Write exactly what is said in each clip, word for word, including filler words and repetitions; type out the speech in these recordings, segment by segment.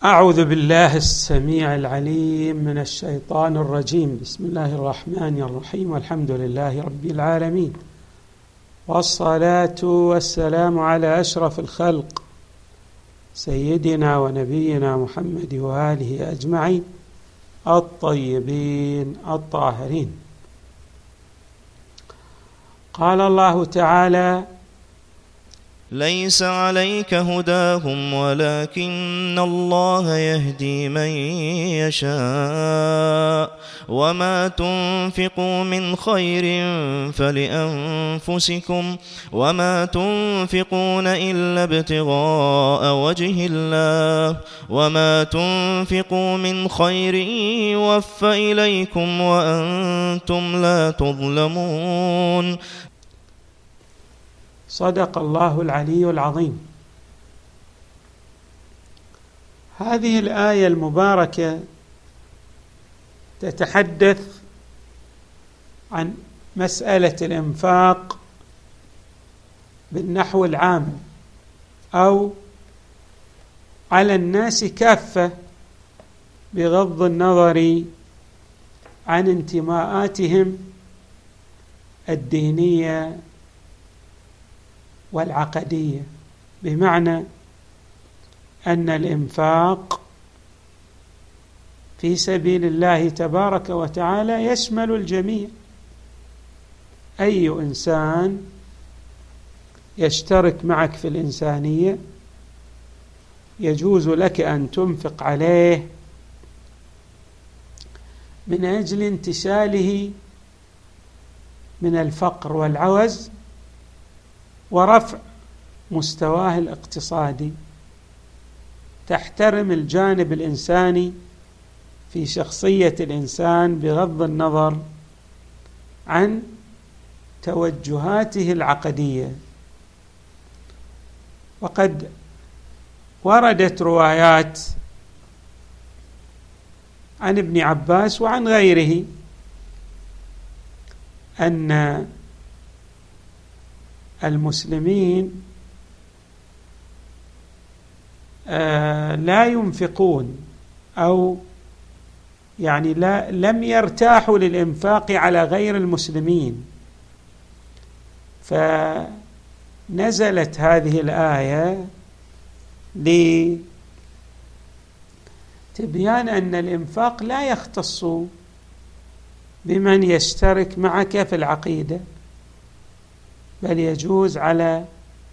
أعوذ بالله السميع العليم من الشيطان الرجيم. بسم الله الرحمن الرحيم، والحمد لله رب العالمين، والصلاة والسلام على أشرف الخلق سيدنا ونبينا محمد وآله أجمعين الطيبين الطاهرين. قال الله تعالى: ليس عليك هداهم ولكن الله يهدي من يشاء وما تنفقوا من خير فلأنفسكم وما تنفقون إلا ابتغاء وجه الله وما تنفقوا من خير يوفى إليكم وأنتم لا تظلمون. صدق الله العلي العظيم. هذه الآية المباركة تتحدث عن مسألة الإنفاق بالنحو العام أو على الناس كافة، بغض النظر عن انتماءاتهم الدينية والعقدية، بمعنى أن الإنفاق في سبيل الله تبارك وتعالى يشمل الجميع. أي إنسان يشترك معك في الإنسانية يجوز لك أن تنفق عليه من أجل انتشاله من الفقر والعوز ورفع مستواه الاقتصادي. تحترم الجانب الإنساني في شخصية الإنسان بغض النظر عن توجهاته العقدية. وقد وردت روايات عن ابن عباس وعن غيره أن المسلمين آه لا ينفقون أو يعني لا لم يرتاحوا للإنفاق على غير المسلمين، فنزلت هذه الآية لتبيان أن الإنفاق لا يختص بمن يشترك معك في العقيدة، بل يجوز على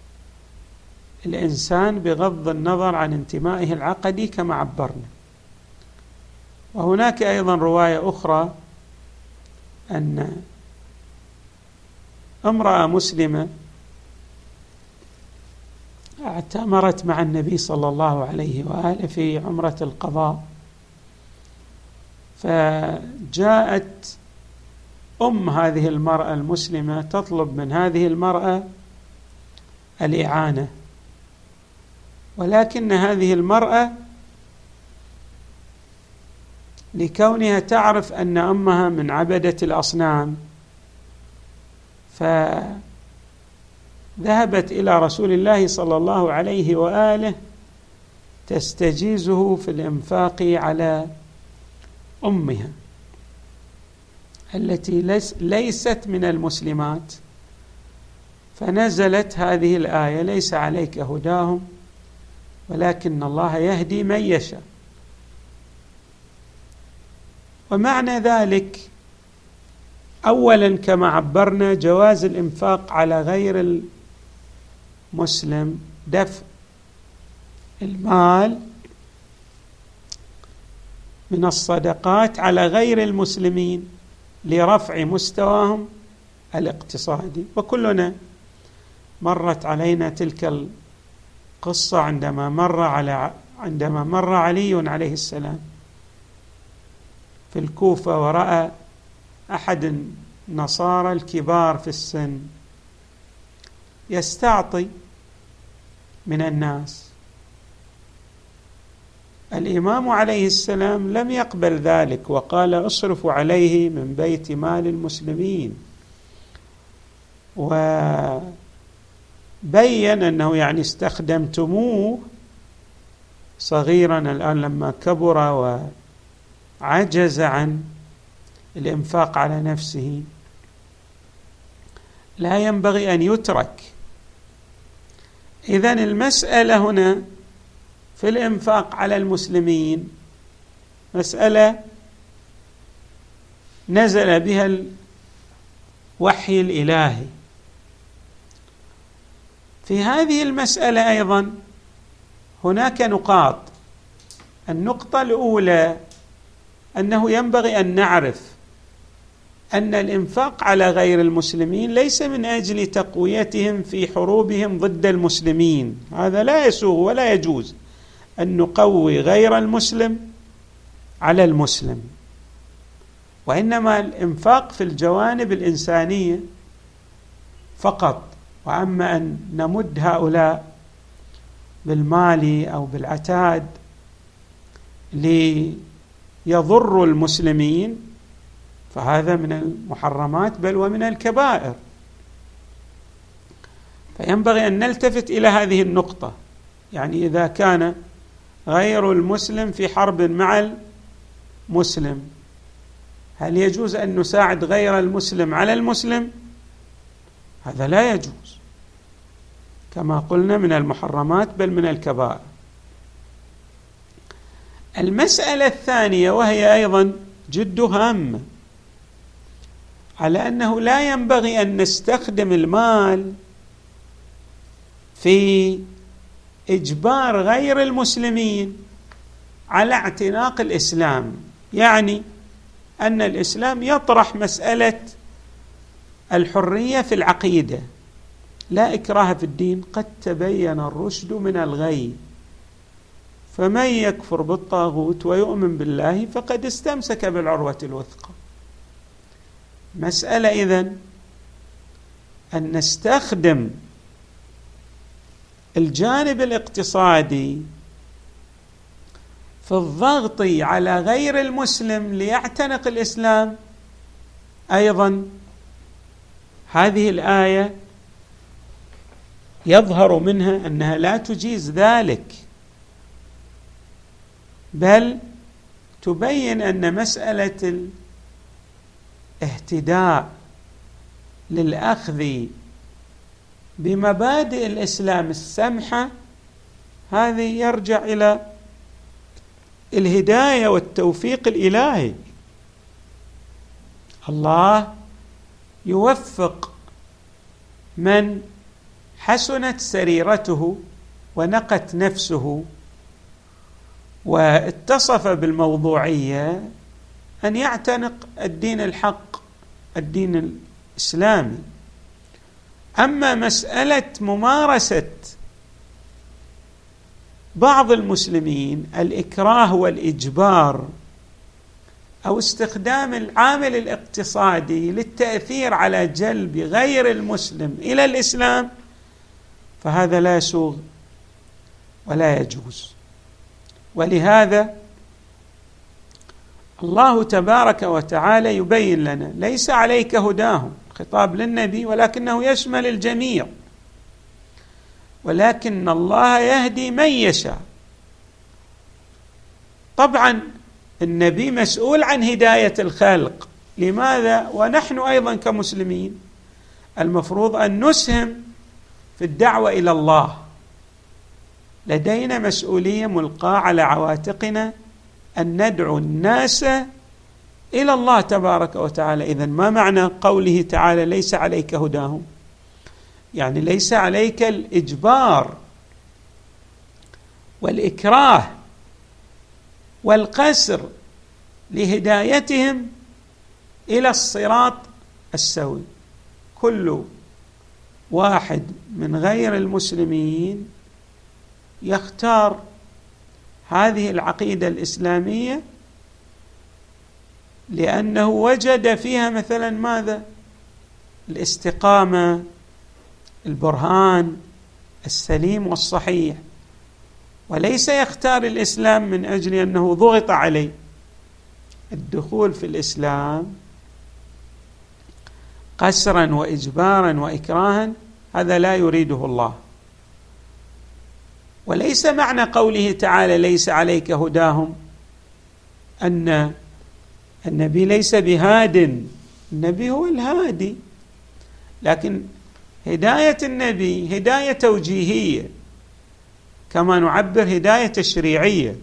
الإنسان بغض النظر عن انتمائه العقدي كما عبرنا. وهناك أيضا رواية أخرى أن امرأة مسلمة اعتمرت مع النبي صلى الله عليه وآله في عمرة القضاء، فجاءت أم هذه المرأة المسلمة تطلب من هذه المرأة الإعانة، ولكن هذه المرأة لكونها تعرف أن أمها من عبدة الأصنام فذهبت إلى رسول الله صلى الله عليه وآله تستجيزه في الإنفاق على أمها التي ليست من المسلمات، فنزلت هذه الآية: ليس عليك هداهم ولكن الله يهدي من يشاء. ومعنى ذلك أولا كما عبرنا جواز الإنفاق على غير المسلم، دفع المال من الصدقات على غير المسلمين لرفع مستواهم الاقتصادي. وكلنا مرت علينا تلك القصة عندما مر على عندما مر علي عليه السلام في الكوفة ورأى أحد النصارى الكبار في السن يستعطي من الناس. الإمام عليه السلام لم يقبل ذلك وقال: اصرفوا عليه من بيت مال المسلمين، وبين أنه يعني استخدمتموه صغيرا الآن لما كبر وعجز عن الإنفاق على نفسه لا ينبغي أن يترك. إذن المسألة هنا في الإنفاق على المسلمين مسألة نزل بها الوحي الإلهي. في هذه المسألة أيضا هناك نقاط. النقطة الأولى أنه ينبغي أن نعرف أن الإنفاق على غير المسلمين ليس من أجل تقويتهم في حروبهم ضد المسلمين، هذا لا يسوغ ولا يجوز أن نقوي غير المسلم على المسلم، وإنما الإنفاق في الجوانب الإنسانية فقط. وأما أن نمد هؤلاء بالمال أو بالعتاد ليضر المسلمين فهذا من المحرمات بل ومن الكبائر. فينبغي أن نلتفت إلى هذه النقطة، يعني إذا كان غير المسلم في حرب مع المسلم هل يجوز أن نساعد غير المسلم على المسلم؟ هذا لا يجوز، كما قلنا من المحرمات بل من الكبائر. المسألة الثانية وهي أيضا جد هامة، على أنه لا ينبغي أن نستخدم المال في إجبار غير المسلمين على اعتناق الإسلام، يعني أن الإسلام يطرح مسألة الحرية في العقيدة، لا إكراه في الدين، قد تبين الرشد من الغي، فمن يكفر بالطاغوت ويؤمن بالله فقد استمسك بالعروة الوثقى. مسألة إذن أن نستخدم الجانب الاقتصادي في الضغط على غير المسلم ليعتنق الإسلام، أيضا هذه الآية يظهر منها أنها لا تجيز ذلك، بل تبين أن مسألة الاهتداء للأخذ بمبادئ الإسلام السمحة هذه يرجع إلى الهداية والتوفيق الإلهي. الله يوفق من حسنت سريرته ونقت نفسه واتصف بالموضوعية أن يعتنق الدين الحق الدين الإسلامي. أما مسألة ممارسة بعض المسلمين الإكراه والإجبار أو استخدام العامل الاقتصادي للتأثير على جلب غير المسلم إلى الإسلام فهذا لا يسوغ ولا يجوز. ولهذا الله تبارك وتعالى يبين لنا ليس عليك هداهم، خطاب للنبي ولكنه يشمل الجميع، ولكن الله يهدي من يشاء. طبعا النبي مسؤول عن هداية الخلق، لماذا؟ ونحن أيضا كمسلمين المفروض أن نسهم في الدعوة إلى الله، لدينا مسؤولية ملقاة على عواتقنا أن ندعو الناس إلى الله تبارك وتعالى. إذن ما معنى قوله تعالى ليس عليك هداهم؟ يعني ليس عليك الإجبار والإكراه والقسر لهدايتهم إلى الصراط السوي. كل واحد من غير المسلمين يختار هذه العقيدة الإسلامية لأنه وجد فيها مثلا ماذا؟ الاستقامة، البرهان السليم والصحيح، وليس يختار الإسلام من أجل أنه ضغط عليه. الدخول في الإسلام قسرا وإجبارا وإكراها هذا لا يريده الله. وليس معنى قوله تعالى ليس عليك هداهم أن النبي ليس بهاد، النبي هو الهادي، لكن هداية النبي هداية توجيهية كما نعبر هداية تشريعية،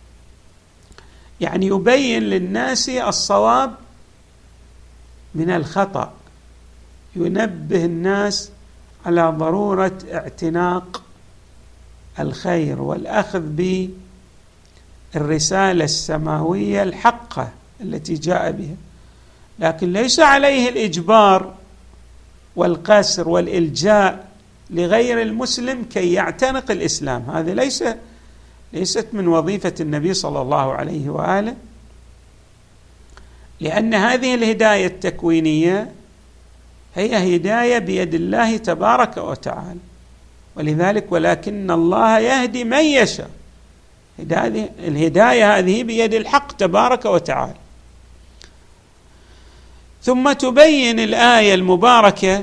يعني يبين للناس الصواب من الخطأ، ينبه الناس على ضرورة اعتناق الخير والأخذ بالرسالة السماوية الحقة التي جاء بها، لكن ليس عليه الإجبار والقسر والإلجاء لغير المسلم كي يعتنق الإسلام. هذا ليس ليست من وظيفة النبي صلى الله عليه وآله، لأن هذه الهداية التكوينية هي هداية بيد الله تبارك وتعالى، ولذلك ولكن الله يهدي من يشاء، الهداية هذه بيد الحق تبارك وتعالى. ثم تبين الآية المباركة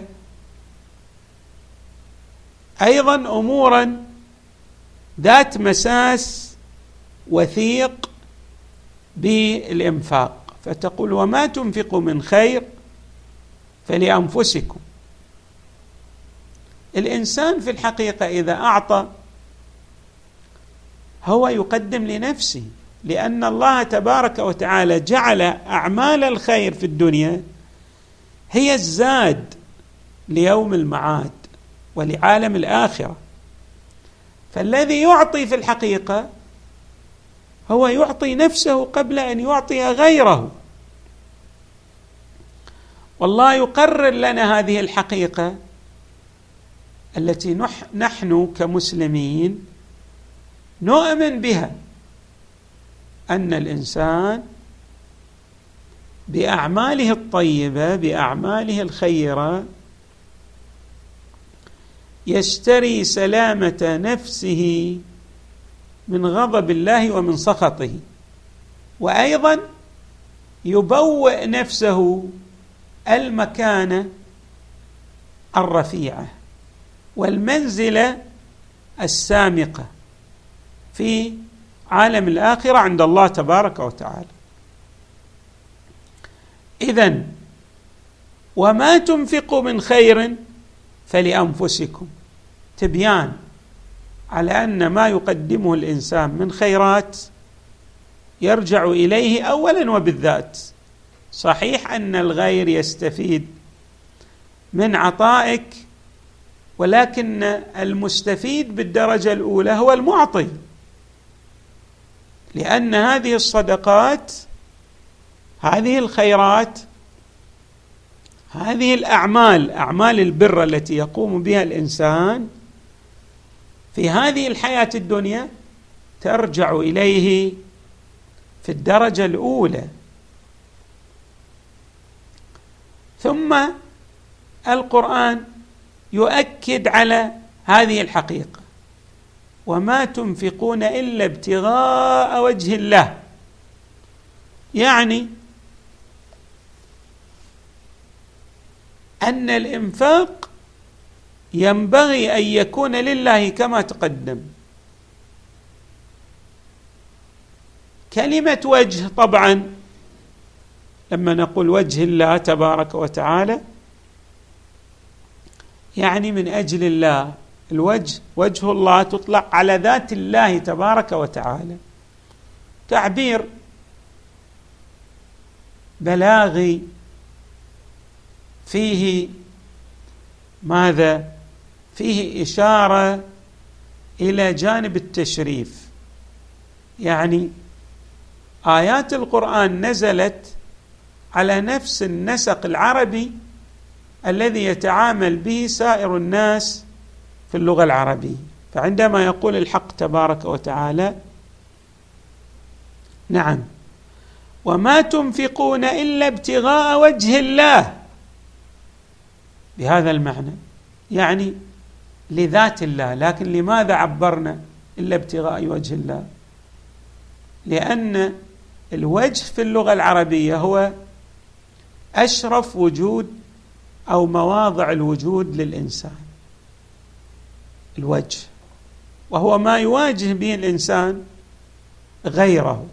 أيضا أمورا ذات مساس وثيق بالإنفاق، فتقول وما تنفقوا من خير فلأنفسكم. الإنسان في الحقيقة إذا أعطى هو يقدم لنفسه، لأن الله تبارك وتعالى جعل أعمال الخير في الدنيا هي الزاد ليوم المعاد ولعالم الآخرة، فالذي يعطي في الحقيقة هو يعطي نفسه قبل أن يعطي غيره. والله يقرر لنا هذه الحقيقة التي نحن كمسلمين نؤمن بها، أن الإنسان بأعماله الطيبة بأعماله الخيرة يشتري سلامة نفسه من غضب الله ومن سخطه، وأيضا يبوئ نفسه المكانة الرفيعة والمنزلة السامقة في عالم الآخرة عند الله تبارك وتعالى. إذن وما تنفقوا من خير فلأنفسكم، تبيان على أن ما يقدمه الإنسان من خيرات يرجع إليه أولا وبالذات. صحيح أن الغير يستفيد من عطائك، ولكن المستفيد بالدرجة الأولى هو المعطي، لأن هذه الصدقات هذه الخيرات هذه الأعمال أعمال البر التي يقوم بها الإنسان في هذه الحياة الدنيا ترجع إليه في الدرجة الأولى. ثم القرآن يؤكد على هذه الحقيقة، وما تنفقون إلا ابتغاء وجه الله، يعني أن الإنفاق ينبغي أن يكون لله كما تقدم. كلمة وجه طبعا لما نقول وجه الله تبارك وتعالى يعني من أجل الله، الوجه وجه الله تطلق على ذات الله تبارك وتعالى، تعبير بلاغي فيه ماذا؟ فيه إشارة إلى جانب التشريف، يعني آيات القرآن نزلت على نفس النسق العربي الذي يتعامل به سائر الناس في اللغة العربية. فعندما يقول الحق تبارك وتعالى نعم وما تنفقون إلا ابتغاء وجه الله، بهذا المعنى يعني لذات الله. لكن لماذا عبرنا إلا ابتغاء وجه الله؟ لأن الوجه في اللغة العربية هو أشرف وجود أو مواضع الوجود للإنسان، الوجه، وهو ما يواجه به الإنسان غيره.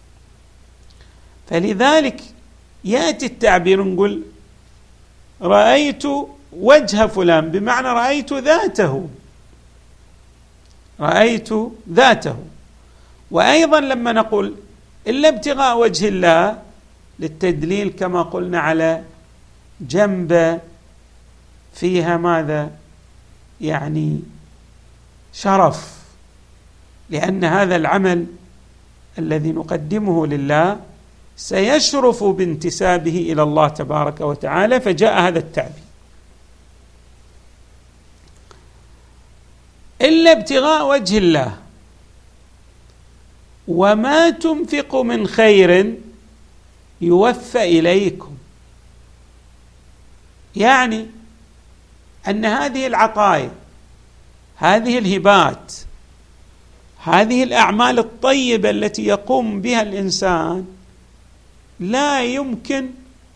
فلذلك يأتي التعبير نقول رأيت وجه فلان، بمعنى رأيت ذاته، رأيت ذاته. وأيضا لما نقول إلا ابتغاء وجه الله للتدليل كما قلنا على جنب فيها ماذا؟ يعني شرف، لأن هذا العمل الذي نقدمه لله سيشرف بانتسابه إلى الله تبارك وتعالى، فجاء هذا التعبير. إلا ابتغاء وجه الله وما تنفق من خير يوفى إليكم، يعني أن هذه العطايا، هذه الهبات، هذه الأعمال الطيبة التي يقوم بها الإنسان لا يمكن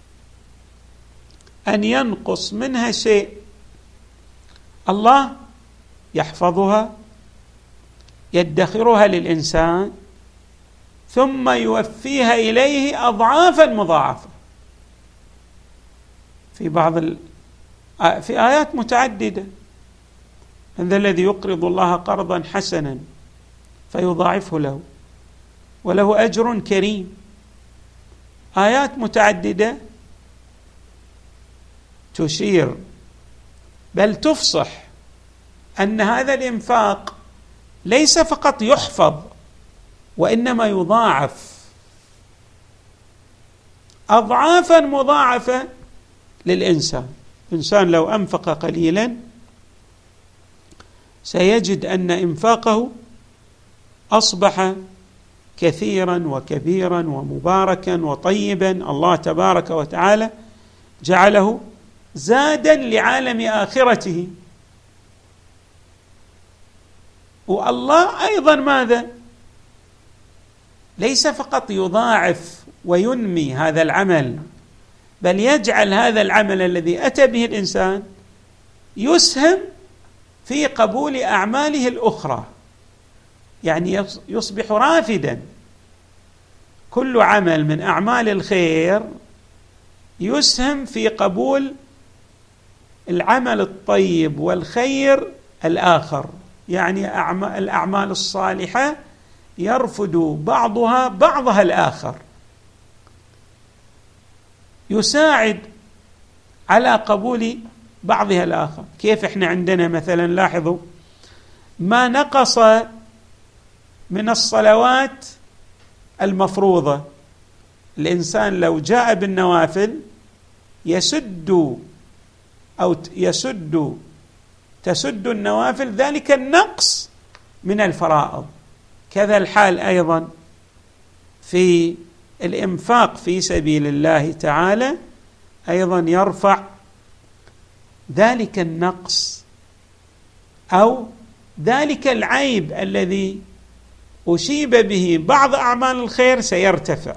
أن ينقص منها شيء. الله يحفظها، يدخرها للإنسان، ثم يوفيها إليه أضعافا مضاعفة في بعض ال... في آيات متعددة. من ذا الذي يقرض الله قرضا حسنا فيضاعفه له وله أجر كريم. آيات متعددة تشير بل تفصح أن هذا الإنفاق ليس فقط يحفظ وإنما يضاعف أضعافا مضاعفة للإنسان. الإنسان لو أنفق قليلا سيجد أن إنفاقه أصبح كثيرا وكبيرا ومباركا وطيبا. الله تبارك وتعالى جعله زادا لعالم آخرته. والله أيضا ماذا؟ ليس فقط يضاعف وينمي هذا العمل، بل يجعل هذا العمل الذي أتى به الإنسان يسهم في قبول أعماله الأخرى، يعني يصبح رافدا. كل عمل من أعمال الخير يسهم في قبول العمل الطيب والخير الآخر، يعني الأعمال الصالحة يرفد بعضها بعضها الآخر، يساعد على قبول بعضها الآخر. كيف إحنا عندنا مثلا لاحظوا ما نقص من الصلوات المفروضة، الإنسان لو جاء بالنوافل يسد أو يسد تسد النوافل ذلك النقص من الفرائض. كذا الحال أيضا في الإنفاق في سبيل الله تعالى، أيضا يرفع ذلك النقص أو ذلك العيب الذي أصيب به بعض أعمال الخير سيرتفع،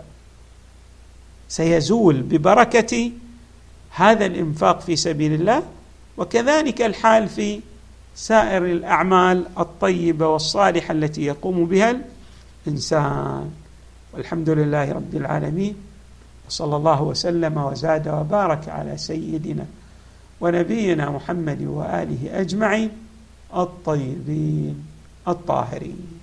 سيزول ببركة هذا الإنفاق في سبيل الله. وكذلك الحال في سائر الأعمال الطيبة والصالحة التي يقوم بها الإنسان. والحمد لله رب العالمين، وصلى الله وسلم وزاد وبارك على سيدنا ونبينا محمد وآله أجمعين الطيبين الطاهرين.